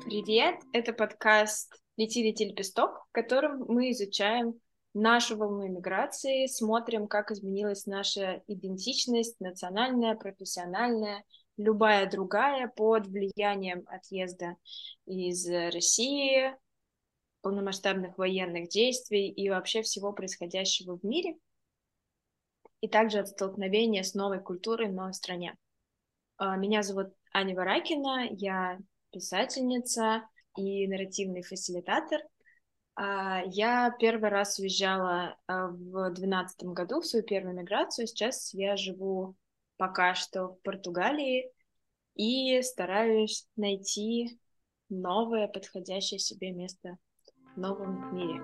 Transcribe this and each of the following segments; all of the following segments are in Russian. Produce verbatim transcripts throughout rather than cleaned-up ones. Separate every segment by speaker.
Speaker 1: Привет! Это подкаст «Лети, лети, лепесток», в котором мы изучаем нашу волну миграции, смотрим, как изменилась наша идентичность, национальная, профессиональная, любая другая под влиянием отъезда из России, полномасштабных военных действий и вообще всего происходящего в мире, и также от столкновения с новой культурой в новой стране. Меня зовут Аня Варакина, я писательница и нарративный фасилитатор. Я первый раз уезжала в двенадцатом году в свою первую миграцию. Сейчас я живу пока что в Португалии и стараюсь найти новое, подходящее себе место в новом мире.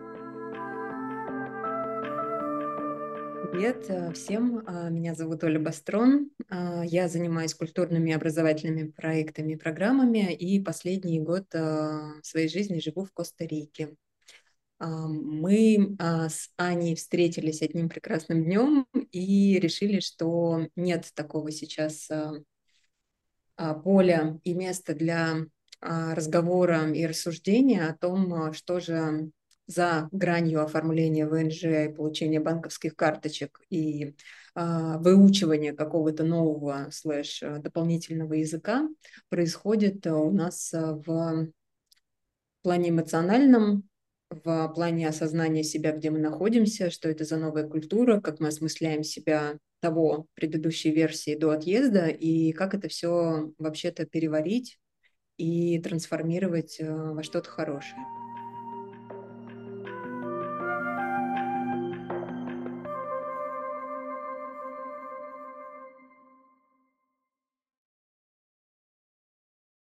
Speaker 2: Привет э, всем, а, меня зовут Оля Бастрон, а, я занимаюсь культурными и образовательными проектами и программами, и последний год а, своей жизни живу в Коста-Рике. А, Мы а, с Аней встретились одним прекрасным днем и решили, что нет такого сейчас а, а, поля и места для а, разговора и рассуждения о том, а, что же за гранью оформления вэ эн жэ, получения банковских карточек и а, выучивания какого-то нового слэш а, дополнительного языка происходит а, у нас а, в плане эмоциональном, в плане осознания себя, где мы находимся, что это за новая культура, как мы осмысляем себя того предыдущей версии до отъезда и как это все вообще-то переварить и трансформировать э, во что-то хорошее.